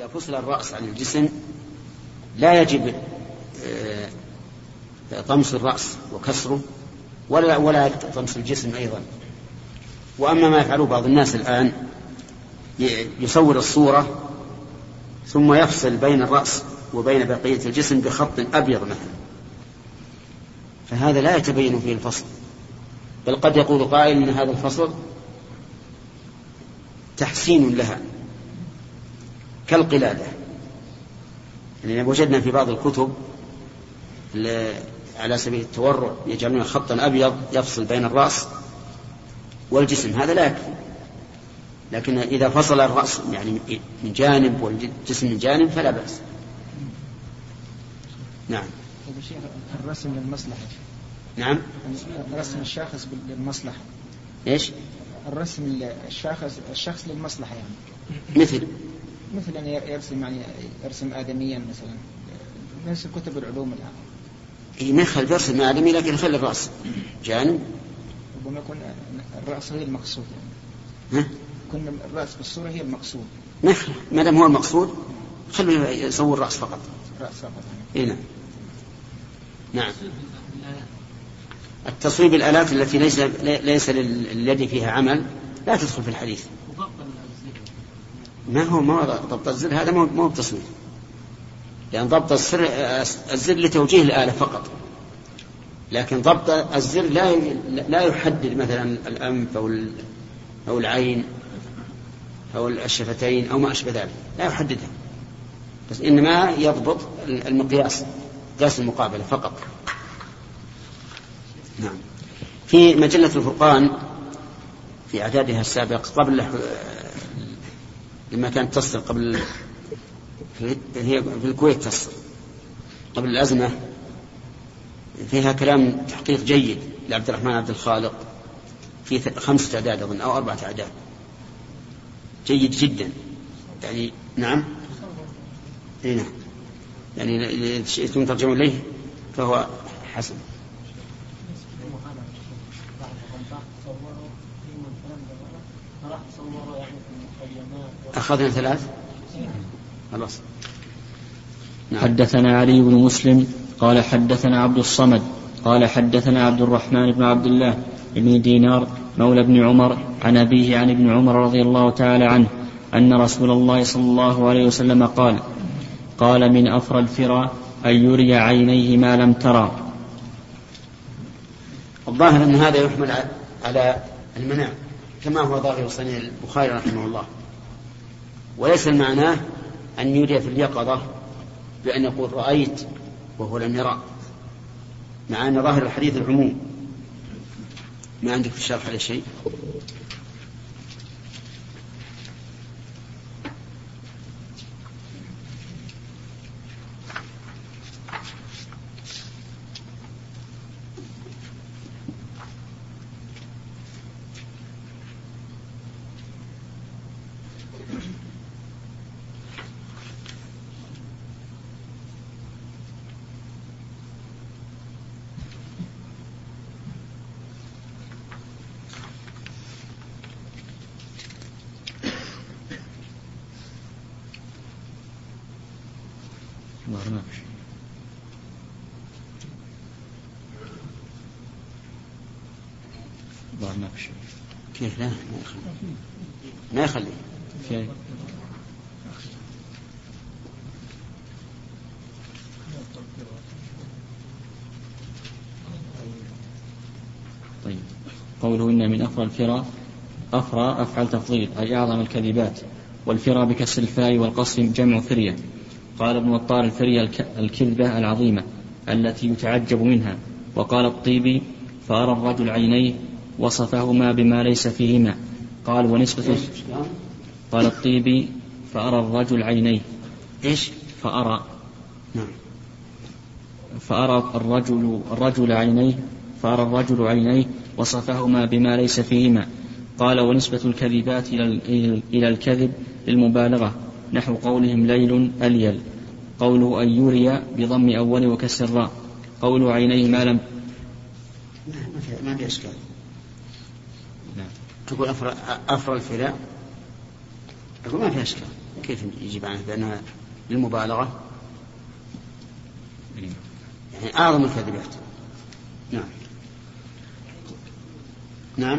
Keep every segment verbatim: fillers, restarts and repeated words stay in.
إذا فصل الرأس عن الجسم لا يجب طمس الرأس وكسره ولا ولا طمس الجسم أيضا. وأما ما يفعله بعض الناس الآن يصور الصورة ثم يفصل بين الرأس وبين بقية الجسم بخط أبيض مثلا، فهذا لا يتبين فيه الفصل، بل قد يقول قائل إن هذا الفصل تحسين لها كالقلادة. يعني وجدنا في بعض الكتب على سبيل التورع يجعلون خطا أبيض يفصل بين الرأس والجسم، هذا لا يكفي. لكن إذا فصل الرأس يعني من جانب والجسم من جانب فلا بأس. نعم. الرسم للمصلحة. نعم. الرسم الشاخص للمصلحة. إيش؟ الرسم الشاخص الشخص للمصلحة يعني. مثل مثل أن يرسم يعني يرسم آدميا مثلا، نفس كتب العلوم الآن. إيه ما يخلي يرسم آدمي لكن يخلي الرأس جانب. ربما يكون الرأس هي المقصود يعني. ها؟ كنا الرأس بالصورة هي المقصود. ما يخلي ما دام هو المقصود خليه يصور الرأس فقط. رأس فقط. إيه نعم. نعم. التصويب الآلات التي ليس ليس لليد فيها عمل لا تدخل في الحديث. ما هو ما ضبط الزر، هذا مو بتصويب، لأن ضبط الزر الزر لتوجيه الآلة فقط، لكن ضبط الزر لا لا يحدد مثلا الأنف أو أو العين أو الشفتين أو ما أشبه ذلك، لا يحددها، بس إنما يضبط المقياس، قياس المقابلة فقط. نعم. في مجلة الفرقان في إعدادها السابق قبل لما كانت تصل قبل هي في الكويت تصل قبل الأزمة، فيها كلام تحقيق جيد لعبد الرحمن عبد الخالق في خمسة أعداد أظن أو أربعة أعداد، جيد جدا يعني. نعم. إيه نعم. يعني إذا شئتم ترجموا إليه فهو حسن. أخذنا ثلاث خلاص. نعم. حدثنا علي بن مسلم قال حدثنا عبد الصمد قال حدثنا عبد الرحمن بن عبد الله بن دينار مولى بن عمر عن أبيه عن ابن عمر رضي الله تعالى عنه أن رسول الله صلى الله عليه وسلم قال قال من أفرى الفرى أن يري عينيه ما لم ترى. الظاهر أن هذا يحمل على المنع كما هو ظاهر صنيع البخاري رحمه الله، وليس المعنى أن يري في اليقظة بأن يقول رأيت وهو لم يرى، مع أن ظاهر الحديث العموم. ما عندك في الشرح على شيء؟ كيف لا ما يخلي في طيب. قوله إن من أفرى الفرى، أفرى أفعل تفضيل أي أعظم الكذبات، والفرى بكسر الفاء والقصر جمع فرية. قال ابن وطار الفرية الكذبة العظيمة التي يتعجب منها. وقال الطيبي فأرى الرجل عينيه وصفهما بما ليس فيهما. قال ونسبة قال الطيبي فأرى الرجل عينيه إيش فأرى نعم فأرى الرجل الرجل عينيه فأرى الرجل عينيه وصفهما بما ليس فيهما. قال ونسبة الكذبات إلى الكذب للمبالغة نحو قولهم ليل أليل. قوله أن يري بضم أول وكسر الراء. قوله عينيه ما لم ما في أشكال. نعم. تقول أفرى أفرى الفراء أقول ما في أشكال. كيف يجيب عنه بأنها للمبالغة؟ يعني أعظم الكذب يحتمل. نعم نعم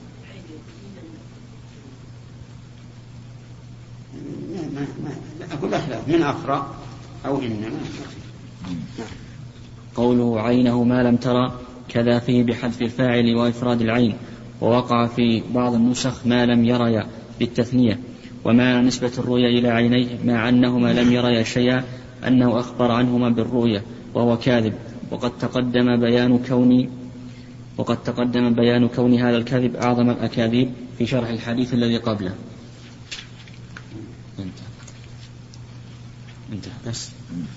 ما ما أقول لا من أقرأ أو إنما. نعم. قوله عينه ما لم ترى كذا فيه بحذف الفاعل وإفراد العين، ووقع في بعض النسخ ما لم يريا بالتثنية. وما نسبة الرؤيا إلى عينيه مع أنهما لم يريا شيئا أنه أخبر عنهما بالرؤيا وهو كاذب، وقد تقدم بيان كون وقد تقدم بيان كون هذا الكذب أعظم الأكاذيب في شرح الحديث الذي قبله. انتهى انتهى بس.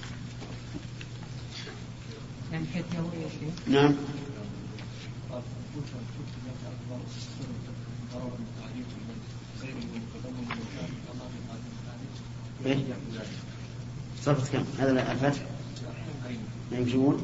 نعم. إيه؟ صرفت كم هذا الفتح ما يمشون.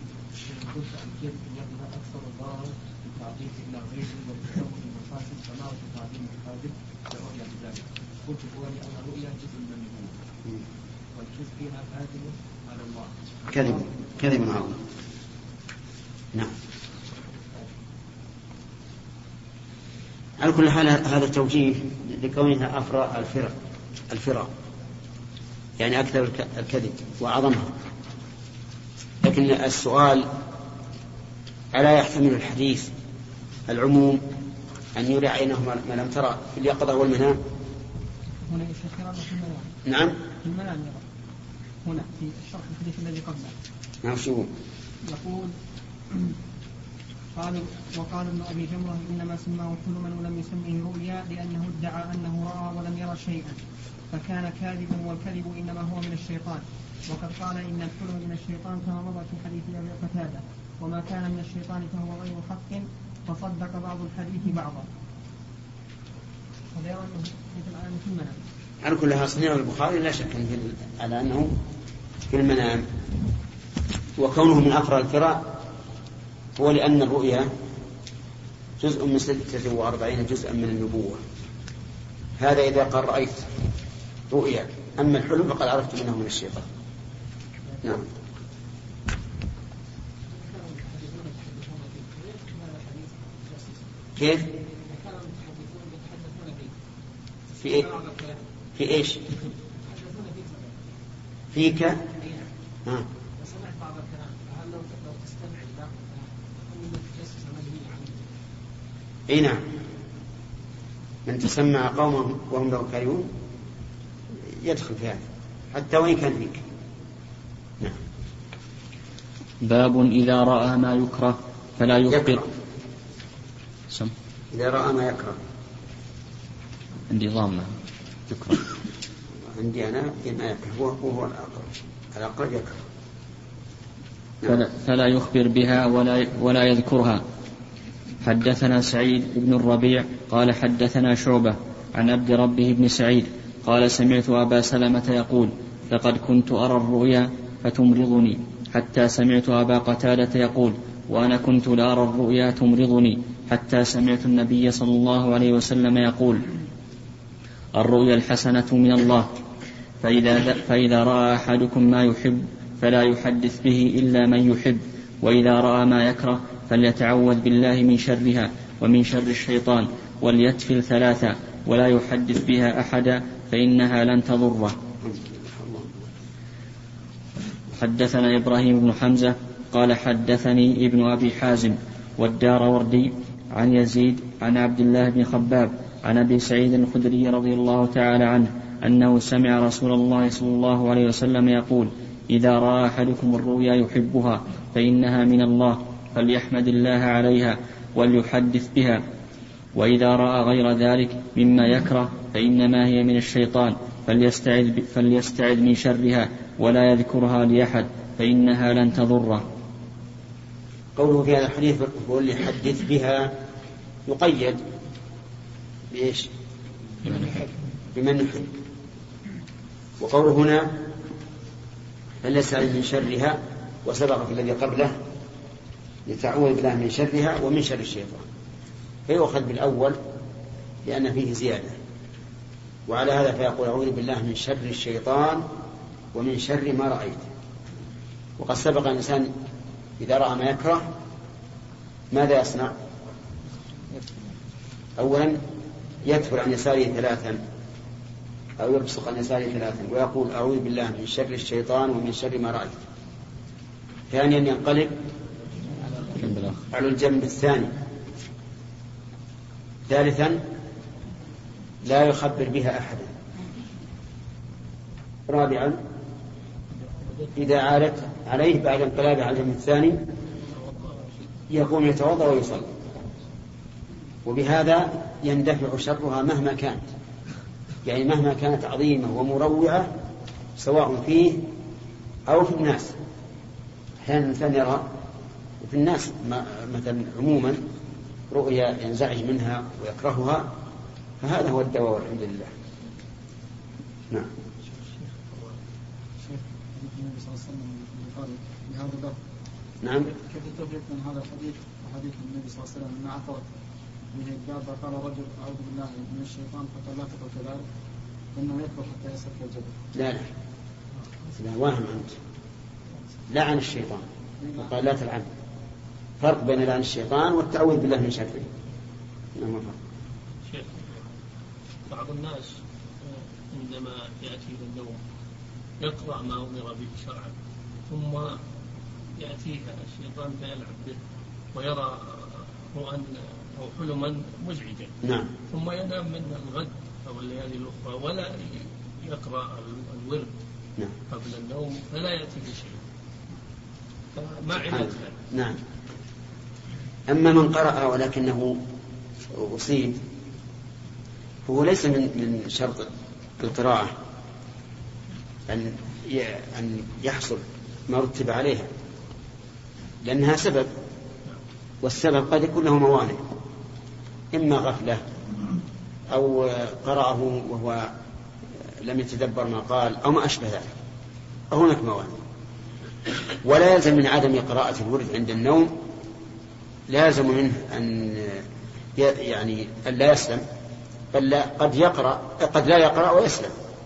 كذب كذب عظيم. نعم. على كل حال هذا توجيه لكونها أفرى الفرق الفرق يعني أكثر الكذب وأعظمها. لكن السؤال ألا يحتمل الحديث العموم أن يرى عينه ما لم ترى في اليقظة والمنام؟ هنا يشكران في المنام. نعم في المنام يرى. هنا في الشرح الحديث الذي قبله. نعم شو يقول قال وقال ابن أبي جمرة إنما سماه حلما ولم يسميه رؤيا لأنه ادعى أنه رأى ولم يرى شيئا فكان كاذبا، والكذب إنما هو من الشيطان. وقد قال إن الحلم من الشيطان كما مضى في حديث أبي قتادة، وما كان من الشيطان فهو غير حق، فصدق بعض الحديث بعضا. هذا أنه مثل الآن في المنام. على كلها صنيع البخاري لا شك على أنه في المنام. وكونه من أفرى الفرع هو لأن الرؤيا جزء من ستة وأربعين جزءا من النبوة. هذا إذا قال رأيت رؤيا، أما الحلم فقد عرفت منه من الشيطان. نعم. كيف؟ في إيه؟ في إيش؟ فيك؟ ها. سمعت بعض الكلام، فهل لو تستمع لبعض من تجسس مجني عنه؟ اي نعم، من تسمع قوما وهم له كارهون يدخل في هذا حتى وإن كان فيك. نعم. باب إذا رأى ما يكره فلا يخبر. سم. إذا رأى ما يكره. عندي ضامة يكره. عندي أنا ما يكره وهو الأقرب. الأقرب يكره. فلا, فلا يخبر بها ولا, ولا يذكرها. حدثنا سعيد بن الربيع قال حدثنا شعبة عن عبد ربه بن سعيد قال سمعت أبا سلمة يقول لقد كنت أرى الرؤيا فتمرضني، حتى سمعت أبا قتادة يقول وأنا كنت لأرى الرؤيا تمرضني، حتى سمعت النبي صلى الله عليه وسلم يقول الرؤيا الحسنة من الله، فإذا, فإذا رأى أحدكم ما يحب فلا يحدث به إلا من يحب، وإذا رأى ما يكره فليتعوذ بالله من شرها ومن شر الشيطان، وليتفل ثلاثة ولا يحدث بها أحدا فإنها لن تضره. حدثنا إبراهيم بن حمزة قال حدثني ابن أبي حازم والدار وردي عن يزيد عن عبد الله بن خباب عن أبي سعيد الخدري رضي الله تعالى عنه أنه سمع رسول الله صلى الله عليه وسلم يقول إذا رأى أحدكم الرؤيا يحبها فإنها من الله فليحمد الله عليها وليحدث بها، وإذا رأى غير ذلك مما يكره فإنما هي من الشيطان فليستعذ, فليستعذ من شرها ولا يذكرها لأحد فإنها لن تضره. قوله في هذا الحديث هو اللي يحدث بها يقيد بإيش؟ بمن يحب. وقوله هنا فليستعذ من شرها وسبق في الذي قبله لتعوذ بالله من شرها ومن شر الشيطان، فيؤخذ بالأول لأن فيه زيادة، وعلى هذا فيقول أعوذ بالله من شر الشيطان ومن شر ما رأيت. وقد سبق الإنسان إذا رأى ما يكره ماذا يصنع؟ أولا يدفر عن يساره ثلاثا أو يبصق عن يساره ثلاثا ويقول أعوذ بالله من شر الشيطان ومن شر ما رأيت. ثانيا ينقلب على الجنب الثاني. ثالثا لا يخبر بها أحدا. رابعا إذا عادت عليه بعد انقلابه على الجنب الثاني يقوم يتوضأ ويصلي. وبهذا يندفع شرها مهما كانت، يعني مهما كانت عظيمة ومروعة سواء فيه أو في الناس. أحيانا الإنسان يرى في الناس مثلا عموما رؤيا ينزعج منها ويكرهها، فهذا هو الدواء والحمد لله. نعم. النبي صلى الله عليه وسلم قال بهذا اللفظ. نعم. كيف تفرق من هذا الحديث وحديث النبي صلى الله عليه وسلم ما عثرت به الدابة قال رجل أعوذ بالله من الشيطان فقال لا تقل كذلك إنه يكبر حتى يصل في الجبل. لا لا لا واهم أنت. لعن الشيطان وقال لا تلعن. فرق بين لعن الشيطان والتعوذ بالله من شره. نعم. شيخ بعض الناس عندما يأتي إلى النوم يقرأ ما أمر به شرعا ثم يأتيه الشيطان فيلعب به ويرى رؤى أو حلما مزعجا. نعم. ثم ينام منه الغد أو الليالي الأخرى ولا يقرأ الورد. نعم. قبل النوم فلا يأتي بشيء. ما علة؟ نعم. أما من قرأ ولكنه أصيب فهو ليس من من شرط القراءة أن أن يحصل ما رتب عليها، لأنها سبب، والسبب قد يكون له موانع، إما غفلة أو قرأه وهو لم يتدبر ما قال أو ما أشبه ذلك، هناك موانع. ولا يلزم من عدم قراءة الورد عند النوم، لازم منه أن يعني أن لا يسلم، بل قد يقرأ قد لا يقرأ ويسلم،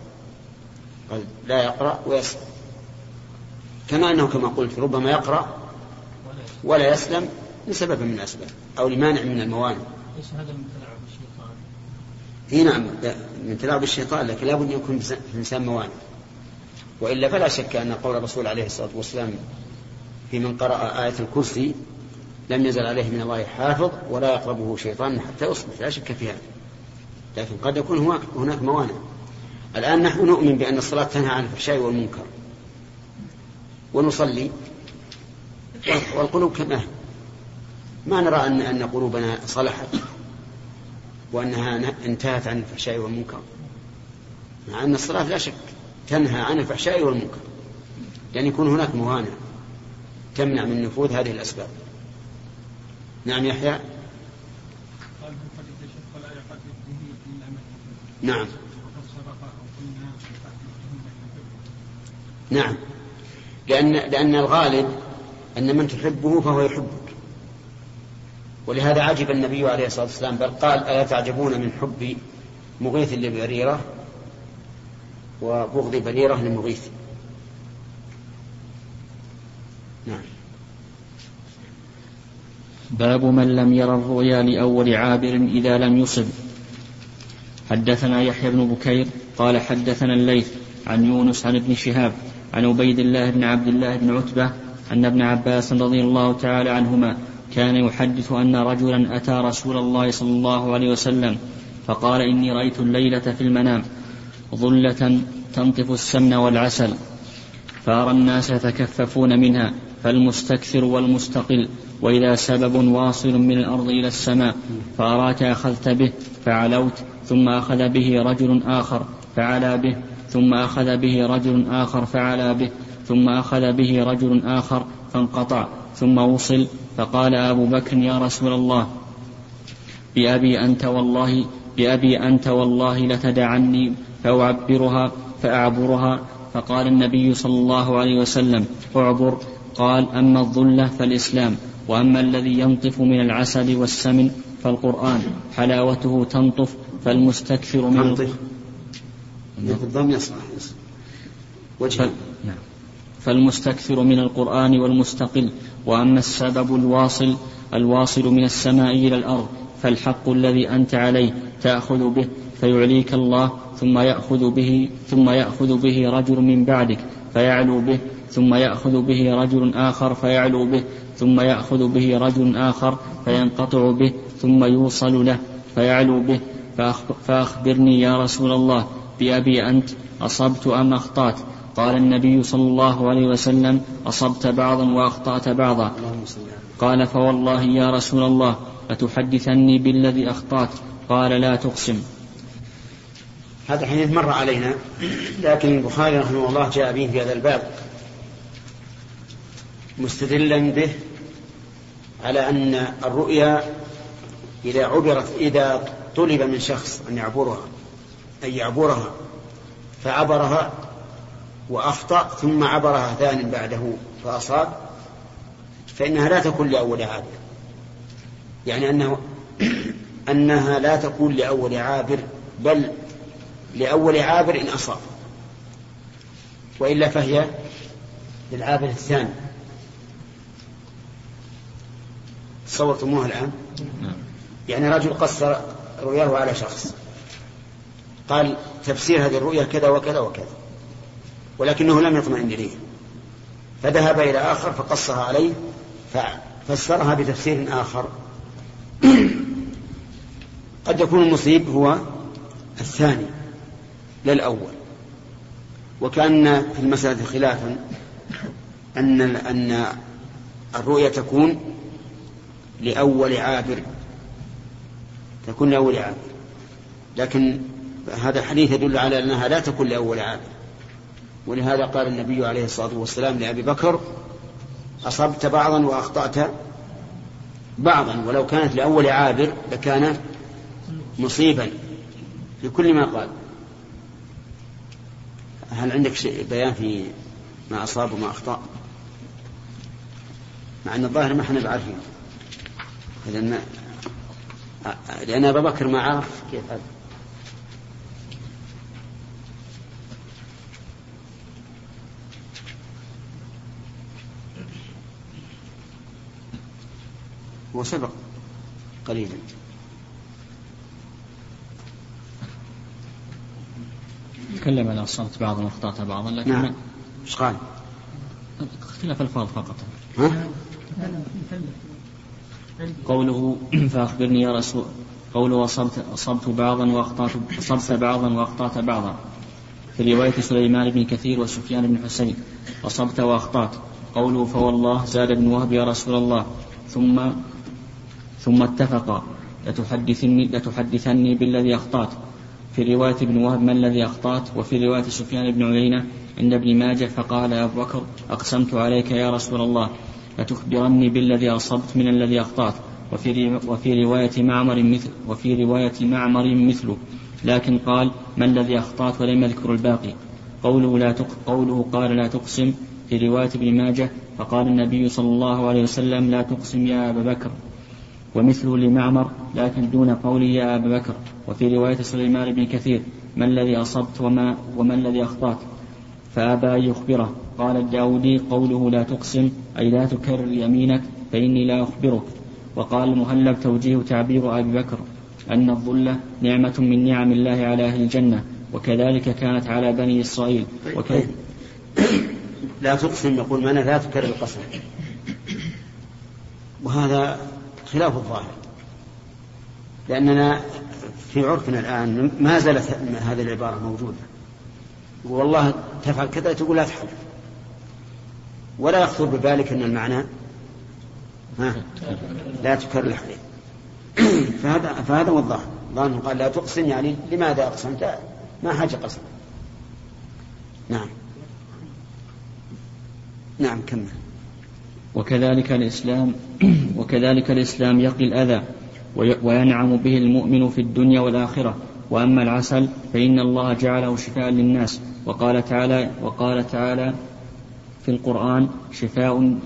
قد لا يقرأ ويسلم، كما أنه كما قلت ربما يقرأ ولا يسلم لسبب من الأسباب أو لمانع من الموانع. ليس هذا من تلاعب الشيطان؟ إيه نعم من تلاعب الشيطان، لكن لا بد أن يكون في الإنسان موانع، وإلا فلا شك أن قول الرسول عليه الصلاة والسلام في من قرأ آية الكرسي لم يزل عليه من الله حافظ ولا يقربه شيطان حتى يصبح، لا شك في هذا، لكن قد يكون هناك موانع. الآن نحن نؤمن بأن الصلاة تنهى عن الفحشاء والمنكر ونصلي والقلوب كما ما نرى أن أن قلوبنا صلحت وأنها انتهت عن الفحشاء والمنكر، مع أن الصلاة لا شك تنهى عن الفحشاء والمنكر، لأن يكون هناك موانع تمنع من نفوذ هذه الأسباب. نعم يحيى. نعم نعم لأن لأن الغالب أن من تحبه فهو يحبك، ولهذا عجب النبي عليه الصلاة والسلام بل قال ألا تعجبون من حب مغيث لبريرة وبغض بريرة لمغيث. نعم. باب من لم ير الرؤيا لأول عابر إذا لم يصب. حدثنا يحيى بن بكير قال حدثنا الليث عن يونس عن ابن شهاب عن عبيد الله بن عبد الله بن عتبة أن ابن عباس رضي الله تعالى عنهما كان يحدث أن رجلا أتى رسول الله صلى الله عليه وسلم فقال إني رأيت الليلة في المنام ظلة تنطف السمن والعسل، فأرى الناس يتكففون منها فالمستكثر والمستقل، وإذا سبب واصل من الأرض إلى السماء فأراك أخذت به فعلوت، ثم أخذ به رجل آخر فعلى به، ثم أخذ به رجل آخر فعلى به، ثم أخذ به رجل آخر فانقطع، ثم وصل. فقال أبو بكر يا رسول الله بأبي أنت والله بأبي أنت والله لتدعني فأعبرها فأعبرها. فقال النبي صلى الله عليه وسلم أعبر. قال أما الظلة فالإسلام، وأما الذي ينطف من العسل والسمن فالقرآن حلاوته تنطف، فالمستكثر من تنطف بالضم يصلح وجه. نعم. فالمستكثر من القرآن والمستقل. وأما السبب الواصل الواصل من السماء إلى الأرض فالحق الذي أنت عليه تأخذ به فيعليك الله ثم يأخذ به ثم يأخذ به رجل من بعدك فيعلو به ثم يأخذ به رجل آخر فيعلو به ثم يأخذ به رجل آخر فينقطع به ثم يوصل له فيعلو به. فأخبرني يا رسول الله بأبي أنت أصبت أم أخطأت؟ قال النبي صلى الله عليه وسلم أصبت بعضا وأخطأت بعضا. قال فوالله يا رسول الله لتحدثني بالذي أخطأت. قال لا تقسم. هذا الحديث مر علينا، لكن البخاري رحمه الله جاء به في هذا الباب مستدلا به على أن الرؤيا إذا عبرت إذا طلب من شخص أن يعبرها أن يعبرها فعبرها وأخطأ ثم عبرها ثانٍ بعده فأصاب فإنها لا تكون لأول عابر، يعني أنه أنها لا تكون لأول عابر بل لأول عابر إن أصاب، وإلا فهي للعابر الثاني. تصورتموها الآن؟ يعني رجل قصر رؤياه على شخص قال تفسير هذه الرؤيا كذا وكذا وكذا، ولكنه لم يطمئن إليه فذهب إلى آخر فقصها عليه ففسرها بتفسير آخر. قد يكون المصيب هو الثاني لا الأول. وكان في المسألة خلافا أن أن الرؤيا تكون لأول عابر تكون لأول عابر، لكن هذا الحديث يدل على أنها لا تكون لأول عابر، ولهذا قال النبي عليه الصلاة والسلام لأبي بكر أصبت بعضا وأخطأت بعضا، ولو كانت لأول عابر لكان مصيبا في كل ما قال. هل عندك شيء بيان في ما أصاب وما أخطأ؟ مع أن الظاهر ما احنا بعارفين، لأن لأن أبا بكر ما عرف كيف هذا. هو سبق قليلا. تكلم أنا أصبت بعضا واخطأت بعضا، لكن نعم. إيش قال؟ اختلاف الفاظ فقط. ها؟ قوله فأخبرني يا رسول قوله أصبت, أصبت بعضا وأخطأت أصبت بعضا وأخطأت بعضا. في رواية سليمان بن كثير وسفيان بن حسين أصبت وأخطأت. قوله فوالله زاد بن وهب يا رسول الله ثم ثم اتفقا لتحدثني, لتحدثني بالذي أخطأت. في رواية ابن وهب ما الذي أخطأت. وفي رواية سفيان بن عيينة عند ابن ماجه فقال أبو بكر أقسمت عليك يا رسول الله لتخبرني بالذي أصبت من الذي أخطأت. وفي, وفي رواية معمر مثل وفي رواية معمر مثله، لكن قال ما الذي أخطأت ولم يذكر الباقي. قوله, لا تق... قوله قال لا تقسم في رواية ابن ماجه فقال النبي صلى الله عليه وسلم لا تقسم يا أبا بكر، ومثله لمعمر لكن دون قوله يا أبا بكر. وفي رواية سليمان بن كثير ما الذي أصبت وما, وما الذي أخطأت فأبى أن يخبره. قال الداودي قوله لا تقسم أي لا تكرر يمينك فإني لا أخبرك. وقال المهلب توجيه تعبير أبي بكر أن الظلة نعمة من نعم الله على أهل الجنة، وكذلك كانت على بني إسرائيل. وكذلك لا تقسم يقول معنى لا تكرر القسم، وهذا خلاف الظاهر، لأننا في عرفنا الآن ما زالت هذه العبارة موجودة. والله تفعل كذا تقول لا تحلف، ولا يخطر ببالك أن المعنى ها لا تكرر الحلف. فهذا فهذا هو الظاهر. ظاهر قال لا تقسم يعني لماذا أقسمت؟ ما حاجة قسم. نعم نعم كمل. وكذلك الإسلام وكذلك الإسلام يقي الأذى وينعم به المؤمن في الدنيا والآخرة. وأما العسل فإن الله جعله شفاء للناس. وقال تعالى وقال تعالى في القرآن شفاء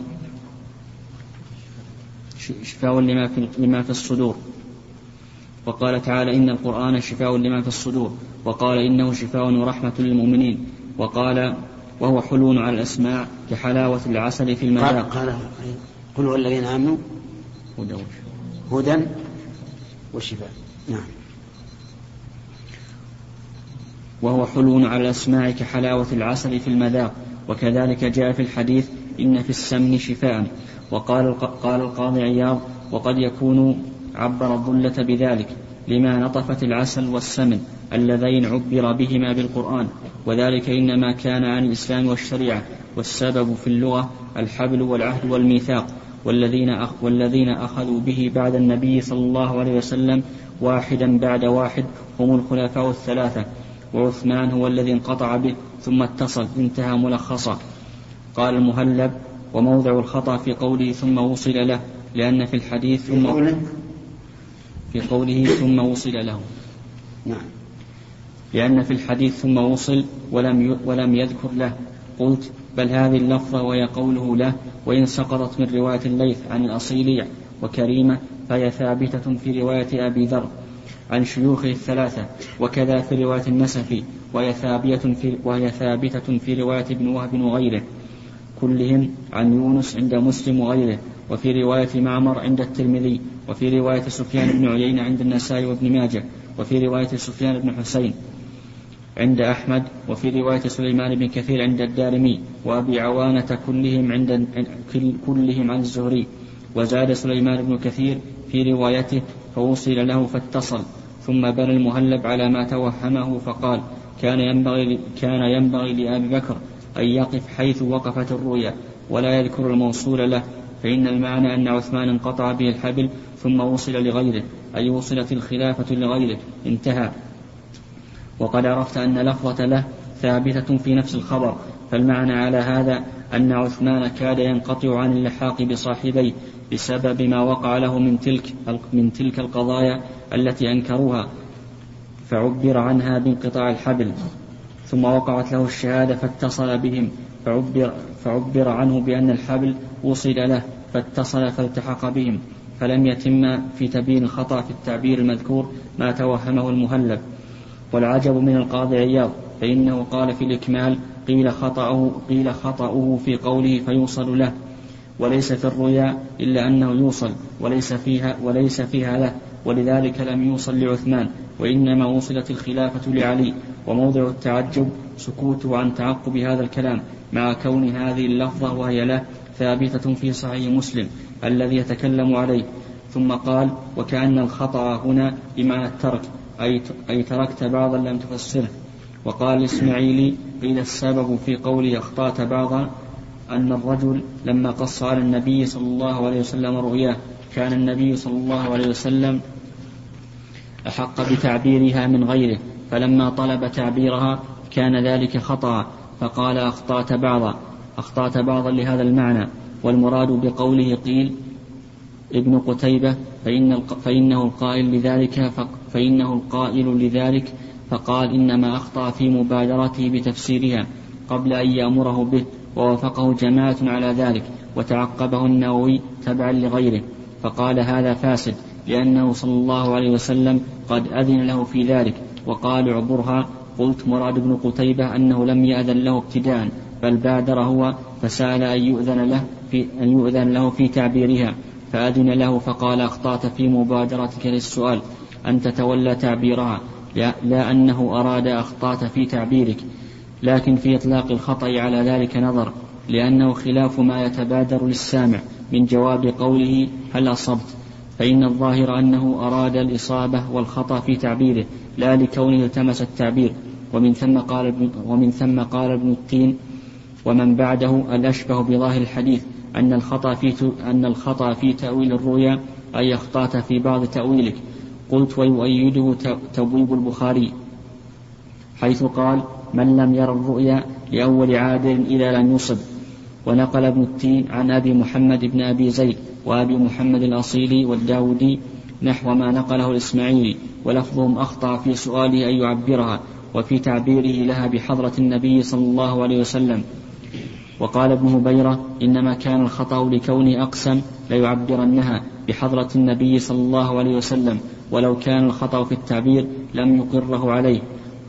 شفاء لما في, لما في الصدور. وقال تعالى إن القرآن شفاء لما في الصدور. وقال إنه شفاء ورحمة للمؤمنين، وقال وهو حلو على الأسماع كحلاوة العسل في المذاق. قال قل هو الذين آمنوا هدى وشفاء. نعم. وهو حلو على الأسماع كحلاوة العسل في المذاق. وكذلك جاء في الحديث إن في السمن شفاء. وقال قال القاضي عياض وقد يكون عبر الظلة بذلك لما نطفت العسل والسمن اللذين عبر بهما بالقرآن، وذلك إنما كان عن الإسلام والشريعة، والسبب في اللغة الحبل والعهد والميثاق، والذين والذين أخذوا به بعد النبي صلى الله عليه وسلم واحدا بعد واحد هم الخلفاء الثلاثة، وعثمان هو الذي انقطع به ثم اتصل. انتهى ملخصا. قال المهلب وموضع الخطأ في قوله ثم وصل له، لأن في الحديث ثم في قوله ثم وصل له. نعم. لأن في الحديث ثم وصل ولم ولم يذكر له. قلت بل هذه اللفظة وهي قوله له، وإن سقطت من رواية الليث عن الأصيلي وكريمة فهي ثابتة في رواية أبي ذر عن شيوخه الثلاثة، وكذا في رواية النسفي وهي ثابتة في, وهي ثابتة في رواية ابن وهب وغيره كلهم عن يونس عند مسلم وغيره، وفي رواية معمر عند الترمذي، وفي رواية سفيان بن عيينة عند النسائي وابن ماجه، وفي رواية سفيان بن حسين عند أحمد، وفي رواية سليمان بن كثير عند الدارمي وأبي عوانة كلهم, عند كلهم عن الزهري. وزاد سليمان بن كثير في روايته فوصل له فاتصل. ثم بنى المهلب على ما توهمه فقال كان ينبغي, كان ينبغي لأبي بكر أن يقف حيث وقفت الرؤيا ولا يذكر الموصول له، فإن المعنى أن عثمان انقطع به الحبل ثم وصل لغيره، أي وصلت الخلافة لغيره. انتهى. وقد عرفت أن لفظة له ثابتة في نفس الخبر، فالمعنى على هذا أن عثمان كاد ينقطع عن اللحاق بصاحبيه بسبب ما وقع له من تلك, من تلك القضايا التي أنكروها، فعبر عنها بانقطاع الحبل. ثم وقعت له الشهادة فاتصل بهم، فعبر, فعبر عنه بأن الحبل وصل له فاتصل فالتحق بهم، فلم يتم في تبيين الخطأ في التعبير المذكور ما توهمه المهلب. والعجب من القاضي عياض فإنه قال في الإكمال قيل خطأه, قيل خطأه في قوله فيوصل له، وليس في الرؤيا إلا أنه يوصل وليس فيها, وليس فيها له، ولذلك لم يوصل لعثمان، وإنما وصلت الخلافة لعلي. وموضع التعجب سكوته عن تعقب هذا الكلام مع كون هذه اللفظة وهي له ثابتة في صحيح مسلم الذي يتكلم عليه. ثم قال وكأن الخطأ هنا بمعنى الترك، أي تركت بعضا لم تفسره. وقال الإسماعيلي قيل السبب في قوله أخطأت بعضا أن الرجل لما قص على النبي صلى الله عليه وسلم رؤياه كان النبي صلى الله عليه وسلم أحق بتعبيرها من غيره، فلما طلب تعبيرها كان ذلك خطأ، فقال أخطأت بعضا أخطأت بعضا لهذا المعنى. والمراد بقوله قيل ابن قتيبة فإن فإنه القائل لذلك فإنه القائل لذلك فقال إنما أخطأ في مبادرته بتفسيرها قبل أن يأمره به، ووافقه جماعة على ذلك، وتعقبه النووي تبعا لغيره فقال هذا فاسد، لأنه صلى الله عليه وسلم قد أذن له في ذلك وقال اعبرها. قلت مراد ابن قتيبة أنه لم يأذن له ابتداء بل بادر هو فسأل أن يؤذن له في, أن يؤذن له في تعبيرها فأذن له فقال أخطأت في مبادرتك للسؤال أن تتولى تعبيرها، لا, لا أنه أراد أخطأت في تعبيرك، لكن في إطلاق الخطأ على ذلك نظر، لأنه خلاف ما يتبادر للسامع من جواب قوله هل أصبت، فإن الظاهر أنه أراد الإصابة والخطأ في تعبيره لا لكونه التمس التعبير. ومن ثم قال ابن, ومن ثم قال ابن التين ومن بعده الأشبه بظاهر الحديث أن الخطأ في, أن الخطأ في تأويل الرؤيا أي أخطأت في بعض تأويلك. قلت ويؤيده تبويب البخاري حيث قال من لم ير الرؤيا لأول عادل إذا لم يصب. ونقل ابن التين عن أبي محمد بن أبي زيد وأبي محمد الأصيلي والداودي نحو ما نقله الإسماعيلي، ولفظهم أخطأ في سؤاله أن يعبرها وفي تعبيره لها بحضرة النبي صلى الله عليه وسلم. وقال ابن هبيرة إنما كان الخطأ لكونه أقسم ليعبرنها بحضرة النبي صلى الله عليه وسلم، ولو كان الخطأ في التعبير لم يقره عليه.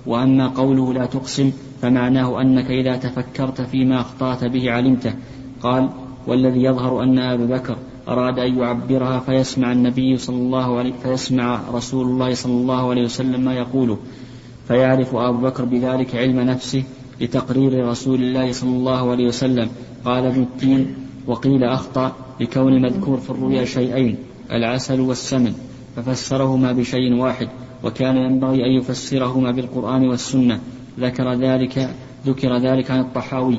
وأما قوله لا تقسم فمعناه أنك إذا تفكرت فيما أخطأت به علمته. قال: والذي يظهر أن أبا بكر أراد أن يعبرها فيسمع النبي صلى الله عليه فيسمع رسول الله صلى الله عليه وسلم ما يقوله، فيعرف أبو بكر بذلك علم نفسه لتقرير رسول الله صلى الله عليه وسلم. قال ابن التين: وقيل أخطأ لكون المذكور في الرؤيا شيئين، العسل والسمن، ففسرهما بشيء واحد، وكان ينبغي أن يفسرهما بالقرآن والسنة. ذكر ذلك ذكر ذلك عن الطحاوي.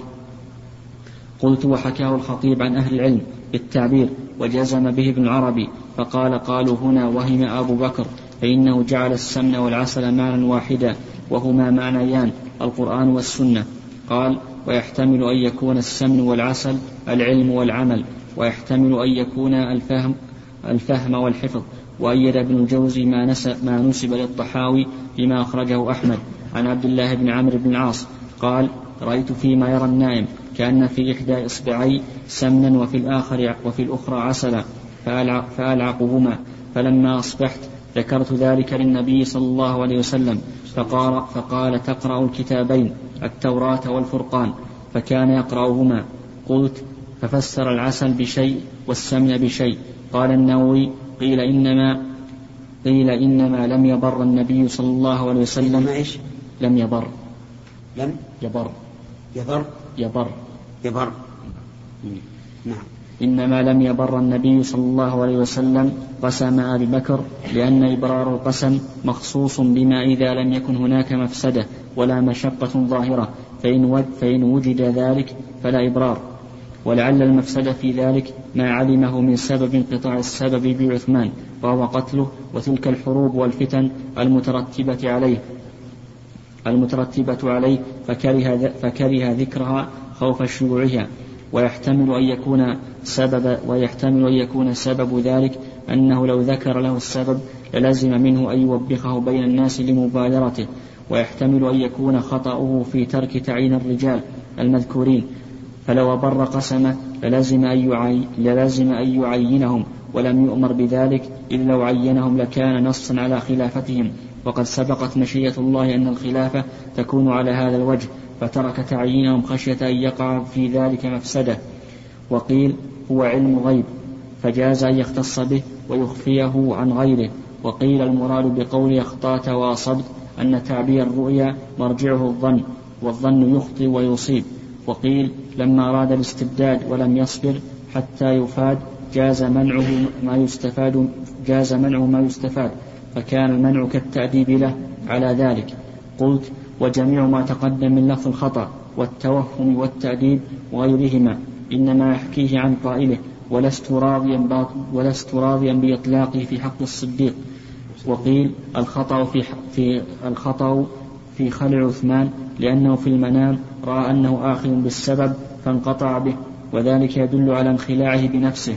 قلت: وحكاه الخطيب عن أهل العلم بالتعبير، وجزم به ابن عربي، فقال: قالوا هنا وهم أبو بكر، فإنه جعل السمن والعسل معنى واحدا، وهما معنيان، القرآن والسنة. قال: ويحتمل أن يكون السمن والعسل العلم والعمل، ويحتمل أن يكون الفهم, الفهم والحفظ. وأيد ابن الجوزي ما نسب, ما نسب للطحاوي بما أخرجه أحمد عن عبد الله بن عمرو بن العاص قال: رأيت فيما يرى النائم كأن في إحدى إصبعي سمنا وفي الآخر وفي الأخرى عسلا، فألعقهما. فلما أصبحت ذكرت ذلك للنبي صلى الله عليه وسلم، فقال, فقال: تقرأ الكتابين التوراة والفرقان، فكان يقرأهما. قلت: ففسر العسل بشيء والسمن بشيء. قال النووي: قيل إنما قيل إنما لم يبر النبي صلى الله عليه وسلم. إيش؟ لم يبر لم يبر يبر يبر يبر نعم. إنما لم يبر النبي صلى الله عليه وسلم قسم أبي بكر، لأن إبرار القسم مخصوص بما إذا لم يكن هناك مفسدة ولا مشقة ظاهرة، فإن وجد ذلك فلا إبرار. ولعل المفسدة في ذلك ما علمه من سبب انقطاع السبب بعثمان، وهو قتله، وتلك الحروب والفتن المترتبة عليه المترتبة عليه فكره, فكره ذكرها خوف شيوعها. ويحتمل أن يكون سبب ويحتمل أن يكون سبب ذلك أنه لو ذكر له السبب للزم منه أن يوبخه بين الناس لمبادرته. ويحتمل أن يكون خطأه في ترك تعيين الرجال المذكورين، فلو بر قسمه للزم أن يعينهم، ولم يؤمر بذلك، إذ لو عينهم لكان نصا على خلافتهم، وقد سبقت مشيئة الله أن الخلافة تكون على هذا الوجه، فترك تعيينهم خشية أن يقع في ذلك مفسدة. وقيل هو علم غيب فجاز أن يختص به ويخفيه عن غيره. وقيل المراد بقول أخطأت وأصبت أن تعبير الرؤيا مرجعه الظن، والظن يخطئ ويصيب. وقيل لما أراد الاستبداد ولم يصبر حتى يفاد جاز منعه ما يستفاد جاز منعه ما يستفاد فكان المنع كالتأديب له على ذلك. قلت: وجميع ما تقدم من لفظ الخطأ والتوهم والتأديب وغيرهما إنما يحكيه عن قائله، ولست راضيا ولست راضيا بإطلاقه في حق الصديق. وقيل الخطأ في في الخطأ في خلع عثمان، لأنه في المنام رأى أنه آخذ بالسبب فانقطع به، وذلك يدل على انخلاعه بنفسه.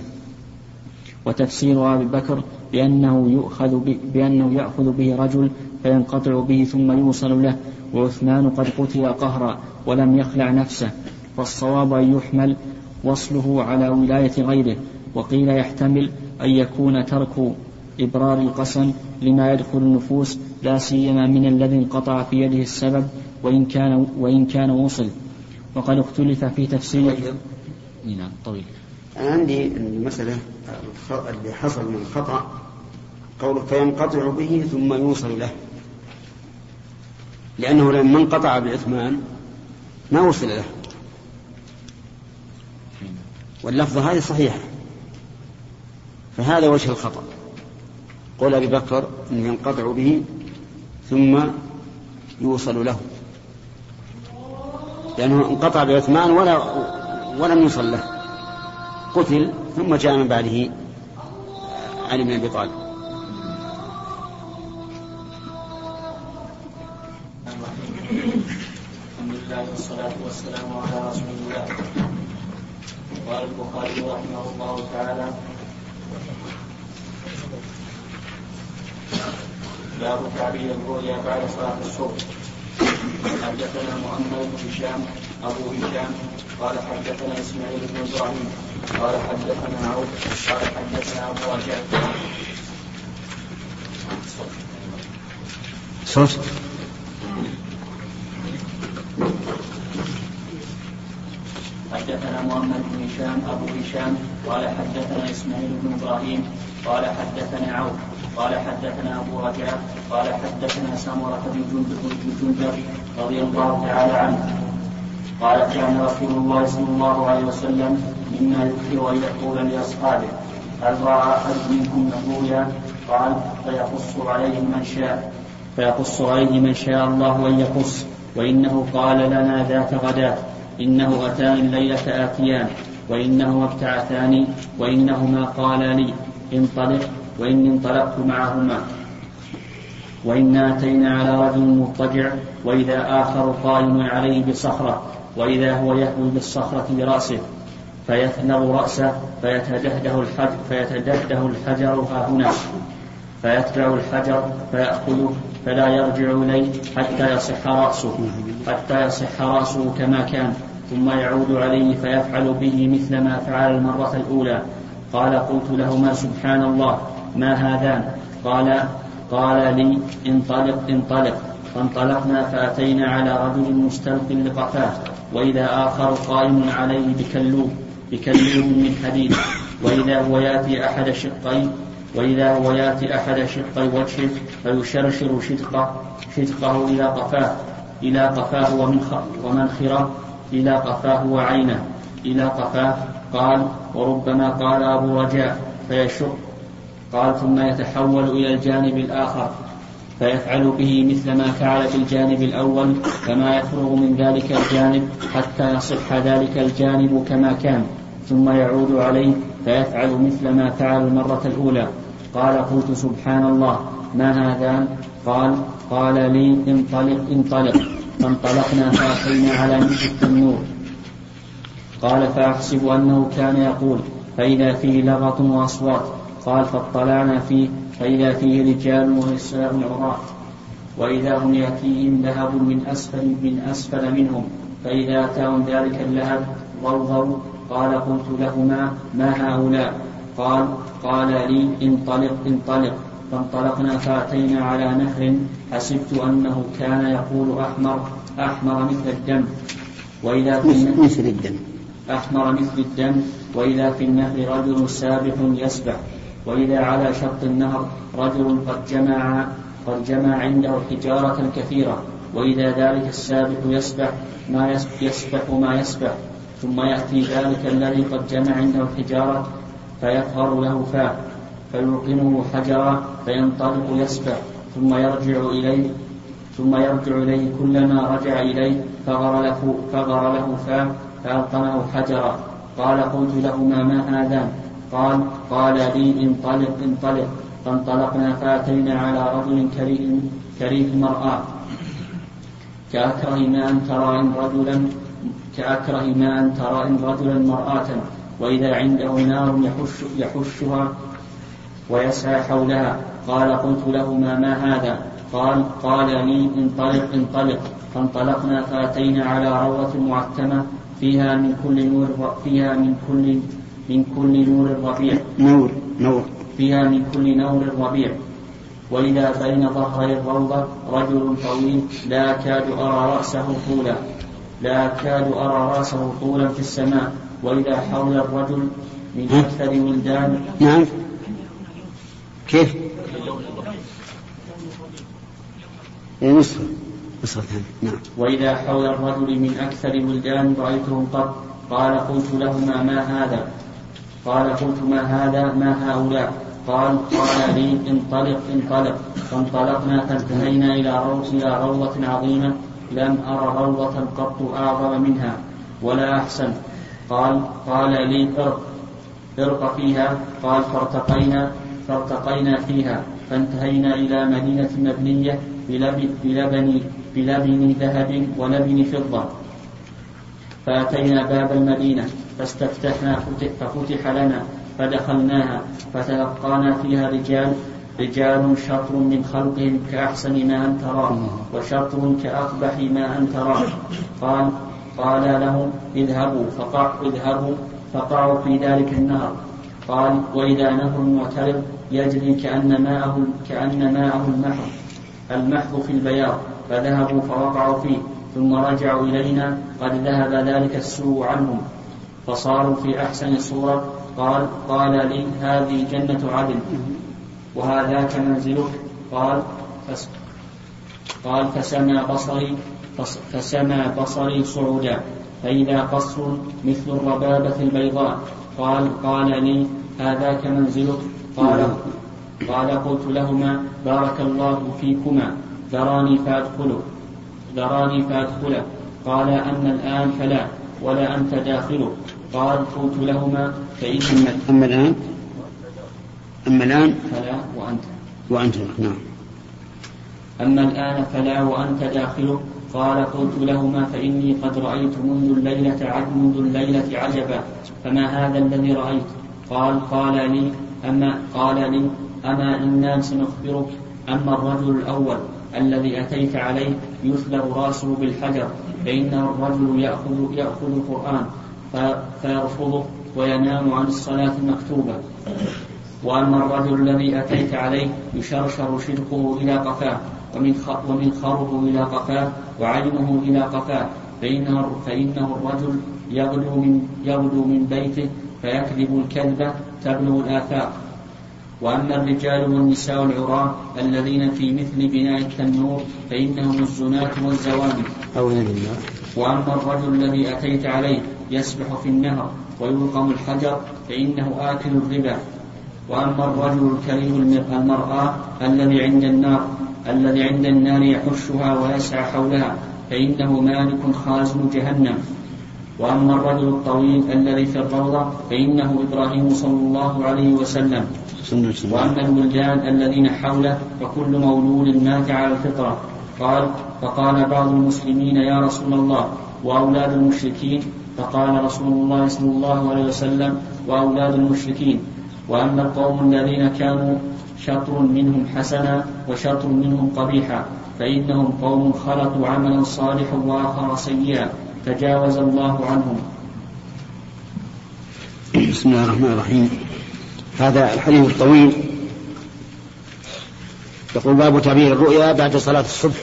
وتفسير أبي بكر بأنه يؤخذ بأنه يأخذ به رجل فينقطع به ثم يوصل له، وعثمان قد قتل قهرا ولم يخلع نفسه، فالصواب أن يحمل وصله على ولاية غيره. وقيل يحتمل أن يكون ترك إبرار القسم لما يدخل النفوس، لا سيما من الذي انقطع في يده السبب وإن كان, وإن كان وصل. وقد اختلف في تفسير. نعم طويل. أنا عندي المسألة اللي حصل من الخطأ قوله فينقطع به ثم يوصل له، لأنه لما انقطع بعثمان ما وصل له، واللفظة هذه صحيحة، فهذا وجه الخطأ. قول أبي بكر أنه ينقطع به ثم يوصل له، لأنه انقطع بعثمان ولا ولم يوصل له، قتل ثم جاء من بعده علي بن أبي طالب. الحمد لله والصلاة والسلام على رسول الله. قال البخاري رحمه الله تعالى: باب تعبير الرؤيا بعد صلاة الصبح. حدثنا محمد بن هشام أبو هشام قال حدثنا إسماعيل بن إبراهيم قال حدثنا عوف قال حدثنا أبو رجاء. صوت حدثنا محمد بن هشام أبو هشام قال حدثنا إسماعيل بن إبراهيم قال حدثنا عوف قال حدثنا أبو رجاء قال حدثنا سمرة بن جندب رضي الله تعالى عنه قال كان رسول الله صلى الله عليه وسلم مما يكثر أن يقول لأصحابه هل رأى أحد منكم الرؤيا؟ قال فيقص عليه من شاء فيقص عليه من شاء الله أن يقص. وإنه قال لنا ذات غداة إنه أتاني الليلة آتيان وإنه ابتعثاني وإنهما قالا لي انطلق وإني انطلقت معهما وإنا أتينا على رجل مضطجع وإذا آخر قائم عليه بصخرة وإذا هو يهوي بالصخرة برأسه فيثنغ رأسه فيتدهده الحجر, فيتدهده الحجر ها هنا فيتبع الحجر فيأخذه فلا يرجع إليه حتى يصح رأسه حتى يصح رأسه كما كان ثم يعود عليه فيفعل به مثل ما فعل المرة الأولى. قال قلت لهما سبحان الله ما هذان؟ قال قال لي انطلق انطلق. فانطلقنا فأتينا على رجل مستلق لقفاه وإذا آخر قائم عليه بكلوب بكلوب من حديد وإذا هو يأتي أحد شقي وإذا هو يأتي أحد شقي وجهه فيشرشر شدقه شدقه إلى قفاه إلى قفاه ومنخره إلى قفاه وعينه إلى قفاه. قال وربما قال أبو رجاء فيشق. قال ثم يتحول إلى الجانب الآخر فيفعل به مثل ما فعل بالجانب الأول فما يفرغ من ذلك الجانب حتى يصح ذلك الجانب كما كان ثم يعود عليه فيفعل مثل ما فعل المرة الأولى. قال قلت سبحان الله ما هذان؟ قال قال لي انطلق انطلق. فانطلقنا فأتينا على مثل التنور. قال فأحسب أنه كان يقول فإذا فيه لغط وأصوات. قال فاطلعنا فيه فإذا فيه رجال ونساء عراة وإذا هم يأتيهم لهب من أسفل من أسفل منهم فإذا أتاهم ذلك اللهب ضوضوا. قال قلت لهما ما هؤلاء؟ قال قال لي انطلق انطلق. فانطلقنا فأتينا على نهر حسبت أنه كان يقول أحمر أحمر مثل الدم وإذا في مثل الدم أحمر مثل الدم وإذا في النهر رجل سابح يسبح وإذا على شط النهر رجل قد جمع قد جمع عنده حجارة كثيرة وإذا ذلك السابح يسبح ما يسبح, يسبح ما يسبح ثم يأتي ذلك الذي قد جمع عنده الحجارة فيظهر له فاه فيلقمه حجرا فينطلق يسبح ثم يرجع إليه ثم يرجع إليه كلما رجع إليه فغر له, فغر له فاه فألقمه حجرا. قال قلت لهما ما هذان؟ قال قال لي انطلق انطلق. فانطلقنا فأتينا على رجل كريه كريه مرآة كأكره ما أن ترى إن رجلا كأكره ما أن ترى إن رجلا مرآة وإذا عنده نار يحش يحشها ويسعى حولها. قال قلت لهما ما هذا؟ قال قال لي انطلق انطلق. فانطلقنا فأتينا على روضة معتمة فيها من كل نور فيها من كل من كل نور الربيع نور نور فيها من كل نور الربيع وإذا بين ظهري الروضة رجل طويل لا أكاد أرى رأسه طولا لا أكاد أرى رأسه طولا في السماء وإذا حول الرجل من أكثر ولدان. نعم كيف نصف نصف نعم. وإذا حول الرجل من أكثر ولدان رأيتهم قط. قال قلت لهما ما هذا؟ قال قلت ما هذا ما هؤلاء؟ قال قال لي انطلق انطلق. فانطلقنا فانتهينا إلى إلى روضة عظيمة لم أرى روضة قط أعظم منها ولا أحسن. قال قال لي ارق ارق فيها. قال فارتقينا فارتقينا فيها فانتهينا إلى مدينة مبنية بلبن, بلبن, بلبن ذهب ولبن فضة فأتينا باب المدينة فاستفتحنا ففتح لنا فدخلناها فتلقانا فيها رجال رجال شطر من خلقهم كأحسن ما أن تراه وشطر كأقبح ما أن تراه. قال قال لهم اذهبوا فقعوا اذهبوا فقعوا في ذلك النهر. قال وإذا نهر معترض يجري كأن ماءه كأن ماءه المحض المحض في البياض فذهبوا فوقعوا فيه ثم رجعوا إلينا قد ذهب ذلك السوء عنهم. فصاروا في أحسن صورة. قال قال لي هذه جنة عدن وهذاك منزلك. قال فس قال فسمى بصري فسمى بصري صعودا فإذا قصر مثل الربابة البيضاء. قال قال لي هذاك منزلك. قال قال قلت لهما بارك الله فيكما ذراني فأدخله ذراني فأدخله. قال أما الآن فلا ولا أنت داخله. قال قلت لهما فإن أما الآن أما الآن فلا وأنت وأنت نعم أما الآن فلا وأنت داخله. قال قلت لهما فإني قد رأيت منذ الليلة منذ الليلة عجبا فما هذا الذي رأيت؟ قال قال لي أما قال لي أما إنا سنخبرك. أما الرجل الأول الذي أتيت عليه يثلر راسه بالحجر فإنه الرجل يأخذ يأخذ القرآن فيرفضه وينام عن الصلاة المكتوبة. وأما الرجل الذي أتيت عليه يشرشر شدقه إلى قفاه ومنخره إلى قفاه وعلمه إلى قفاه فإنه, فإنه الرجل يغدو من, يغدو من بيته فيكذب الكذبة تبلغ الآفاق. وأما الرجال والنساء العراة الذين في مثل بناء التنور فإنهم الزناة والزواني. وأما الرجل الذي أتيت عليه يسبح في النهر ويلقم الحجر فإنه آكل الربا. وأما الرجل الكريم المرآة الذي عند النار الذي عند النار يحشها ويسعى حولها فإنه مالك خازن جهنم. وأما الرجل الطويل الذي في الروضة فإنه إبراهيم صلى الله عليه وسلم. وأما الولدان الذين حوله فكل مولود مات على الفطرة. قال فقال بعض المسلمين يا رسول الله وأولاد المشركين؟ فقال رسول الله صلى الله عليه وسلم وأولاد المشركين. وأما القوم الذين كانوا شطر منهم حسنا وشطر منهم قبيحا فإنهم قوم خلطوا عملا صالحا وآخر سيئا تجاوز الله عنهم. بسم الله الرحمن الرحيم. هذا الحديث الطويل يقول باب تعبير الرؤيا بعد صلاة الصبح.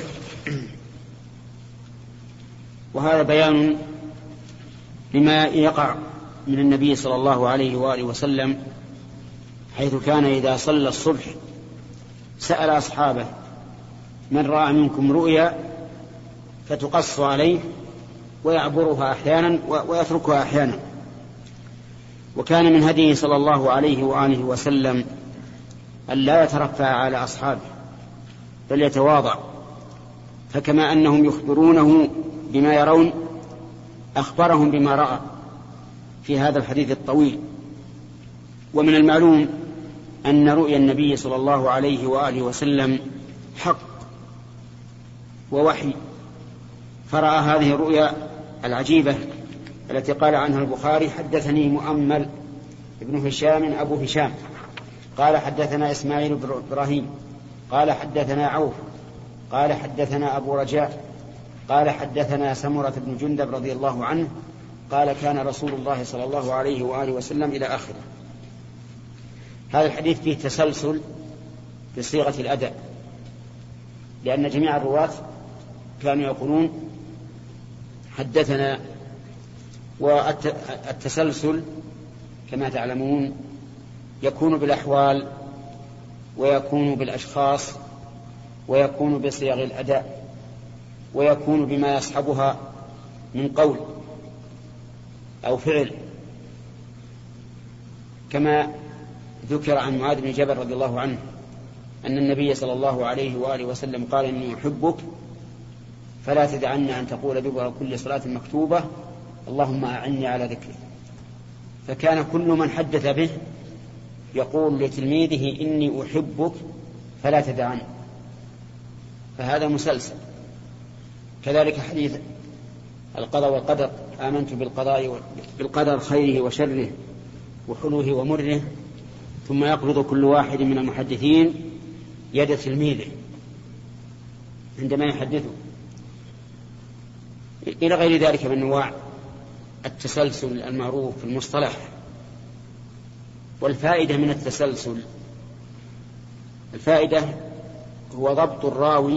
وهذا بيان لما يقع من النبي صلى الله عليه وآله وسلم حيث كان إذا صلى الصبح سأل أصحابه من رأى منكم رؤيا فتقص عليه ويعبرها أحيانا ويتركها أحيانا. وكان من هديه صلى الله عليه وآله وسلم أن لا يترفع على أصحابه بل يتواضع. فكما أنهم يخبرونه بما يرون أخبرهم بما رأى في هذا الحديث الطويل. ومن المعلوم أن رؤيا النبي صلى الله عليه وآله وسلم حق ووحي. فرأى هذه الرؤيا العجيبة التي قال عنها البخاري حدثني مؤمل ابن هشام أبو هشام قال حدثنا إسماعيل بن إبراهيم قال حدثنا عوف قال حدثنا أبو رجاء قال حدثنا سمرة بن جندب رضي الله عنه قال كان رسول الله صلى الله عليه وآله وسلم إلى آخره. هذا الحديث فيه تسلسل بصيغة الأداء لأن جميع الرواة كانوا يقولون حدثنا. والتسلسل كما تعلمون يكون بالأحوال ويكون بالأشخاص ويكون بصيغ الأداء ويكون بما يصحبها من قول أو فعل. كما ذكر عن معاذ بن جبل رضي الله عنه أن النبي صلى الله عليه وآله وسلم قال إني أحبك فلا تدعن أن تقول دبر كل صلاة مكتوبة اللهم أعني على ذكرك. فكان كل من حدث به يقول لتلميذه إني أحبك فلا تدعن. فهذا مسلسل. كذلك حديث القضاء والقدر آمنت بالقضاء بالقدر خيره وشره وحلوه ومره. ثم يقبض كل واحد من المحدثين يد تلميذه عندما يحدثه إلى غير ذلك من أنواع التسلسل المعروف في المصطلح. والفائدة من التسلسل الفائدة هو ضبط الراوي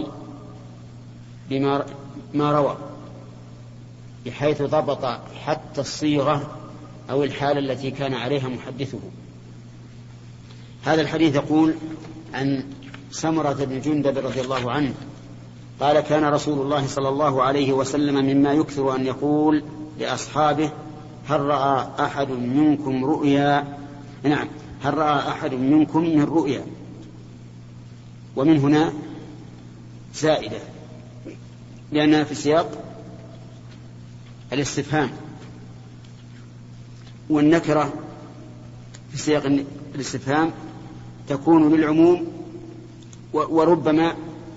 بما ما روى بحيث ضبط حتى الصيغة أو الحالة التي كان عليها محدثه. هذا الحديث يقول عن سمرة بن جندب رضي الله عنه قال كان رسول الله صلى الله عليه وسلم مما يكثر أن يقول لأصحابه هل رأى أحد منكم رؤيا نعم هل رأى أحد منكم من رؤيا، ومن هنا زائدة لأنها في سياق الاستفهام، والنكرة في سياق الاستفهام تكون للعموم وربما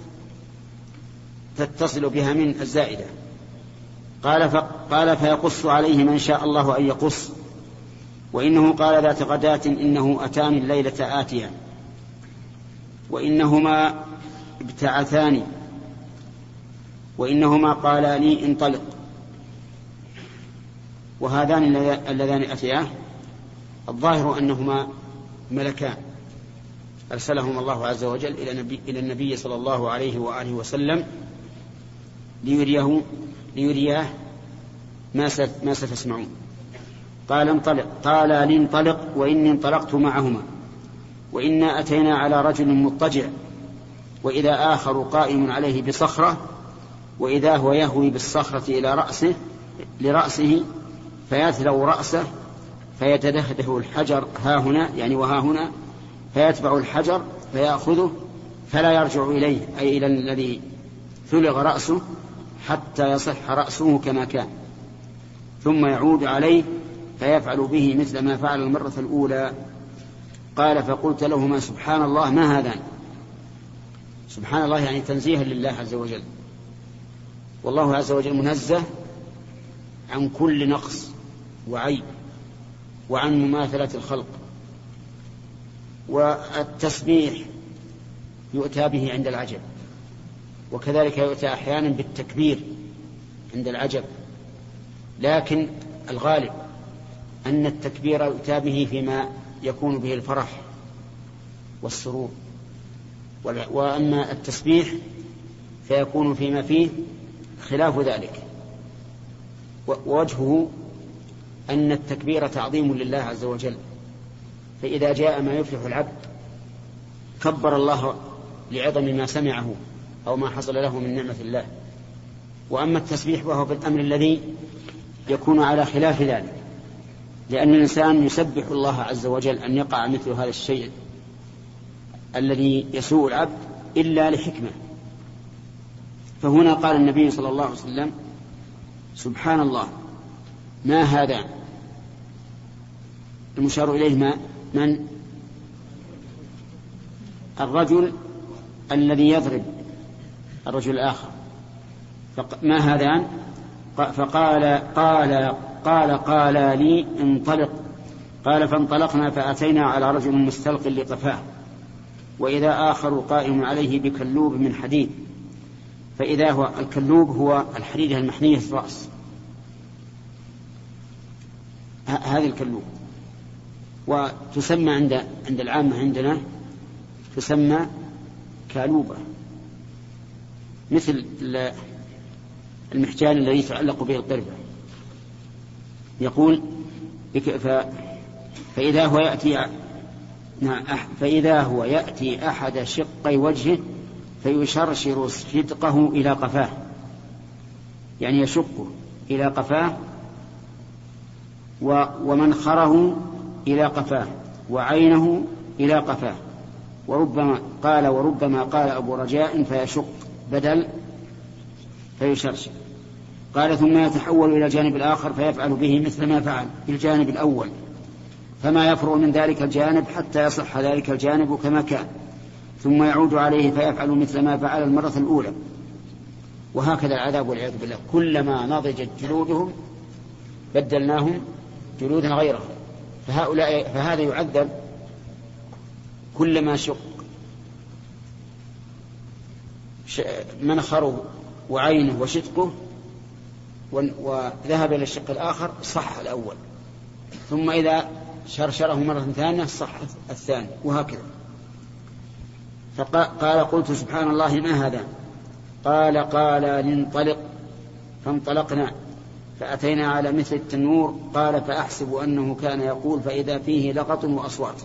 تتصل بها من الزائدة. قال, قال فيقص عليه من شاء الله أن يقص، وإنه قال ذات غداة إنه أتاني الليلة آتيا وإنهما ابتعثاني وإنهما قالا لي انطلق. وهذان اللذان أتياه الظاهر أنهما ملكان أرسلهم الله عز وجل إلى النبي, إلى النبي صلى الله عليه وآله وسلم ليريه ليرياه ما ما ستسمعون. قال انطلق قال لي انطلق وإني انطلقت معهما وإنا أتينا على رجل مضطجع وإذا آخر قائم عليه بصخرة وإذا هو يهوي بالصخرة إلى رأسه لرأسه فيتلو رأسه فيتدهده الحجر ها هنا يعني وها هنا فيتبع الحجر فيأخذه فلا يرجع إليه أي إلى الذي ثلغ رأسه حتى يصح رأسه كما كان، ثم يعود عليه فيفعل به مثل ما فعل المرة الأولى. قال فقلت لهما سبحان الله ما هذان. سبحان الله يعني تنزيها لله عز وجل، والله عز وجل منزه عن كل نقص وعيب وعن مماثلة الخلق. والتسبيح يؤتى به عند العجب، وكذلك يؤتى أحيانا بالتكبير عند العجب، لكن الغالب أن التكبير يؤتى به فيما يكون به الفرح والسرور، وأما التسبيح فيكون فيما فيه خلاف ذلك. ووجهه أن التكبير تعظيم لله عز وجل، فإذا جاء ما يفلح العبد كبر الله لعظم ما سمعه أو ما حصل له من نعمة الله. وأما التسبيح وهو بالأمر الذي يكون على خلاف ذلك، لأن الإنسان يسبح الله عز وجل أن يقع مثل هذا الشيء الذي يسوء العبد إلا لحكمة. فهنا قال النبي صلى الله عليه وسلم سبحان الله ما هذا. المشار إليه ما من الرجل الذي يضرب الرجل الآخر. ما هذان؟ فقال قال قال قال لي انطلق. قال فانطلقنا فأتينا على رجل مستلق لقفاه وإذا آخر قائم عليه بكلوب من حديد، فإذا هو الكلوب هو الحديدة المحنية في الرأس، هذه الكلوب، وتسمى عند عند العامة عندنا تسمى كالوبة، مثل المحجان الذي يتعلق به القربة. يقول فإذا هو يأتي فإذا هو يأتي أحد شقي وجهه فيشرشر شدقه إلى قفاه، يعني يشقه إلى قفاه ومنخره إلى قفاه وعينه إلى قفاه. وربما قال وربما قال أبو رجاء فيشق بدل فيشرشر. قال ثم يتحول إلى الجانب الآخر فيفعل به مثل ما فعل في الجانب الأول، فما يفرغ من ذلك الجانب حتى يصح ذلك الجانب كما كان، ثم يعود عليه فيفعل مثل ما فعل المرة الأولى. وهكذا العذاب والعياذ بالله، كلما نضجت جلودهم بدلناهم جلودا غيرها. فهؤلاء فهذا يعذب كلما شق منخره وعينه وشدقه وذهب إلى الشق الآخر صح الأول، ثم إذا شرشره مرة ثانية صح الثاني، وهكذا. فقال قلت سبحان الله ما هذا. قال قال لننطلق فانطلقنا فأتينا على مثل التنور. قال فأحسب أنه كان يقول فإذا فيه لغط وأصوات.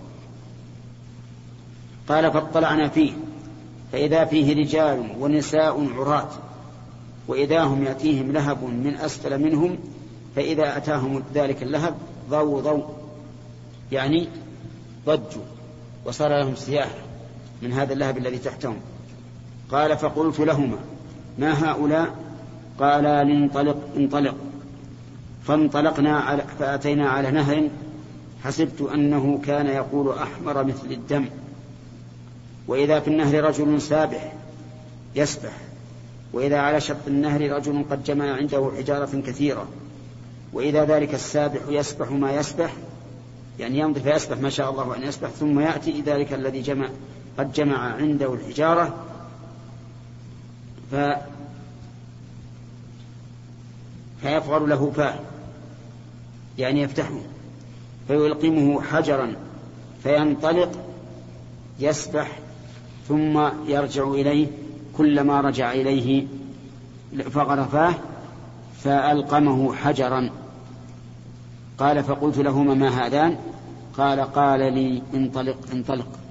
قال فاطلعنا فيه فإذا فيه رجال ونساء عراة وإذا هم يأتيهم لهب من أسفل منهم فإذا أتاهم ذلك اللهب ضووا ضوء يعني ضجوا وصار لهم سياحة من هذا اللهب الذي تحتهم. قال فقلت لهما ما هؤلاء؟ قالا لانطلق انطلق. فانطلقنا على فأتينا على نهر حسبت أنه كان يقول أحمر مثل الدم وإذا في النهر رجل سابح يسبح وإذا على شط النهر رجل قد جمع عنده حجارة كثيرة وإذا ذلك السابح يسبح ما يسبح يعني يمضي فيسبح ما شاء الله أن يسبح ثم يأتي ذلك الذي جمع قد جمع عنده الحجارة ف... فيفغر له فاه يعني يفتحه فيلقمه حجرا فينطلق يسبح ثم يرجع إليه كلما رجع إليه فغر فاه فألقمه حجرا. قال فقلت لهما ما هذان؟ قال قال لي انطلق انطلق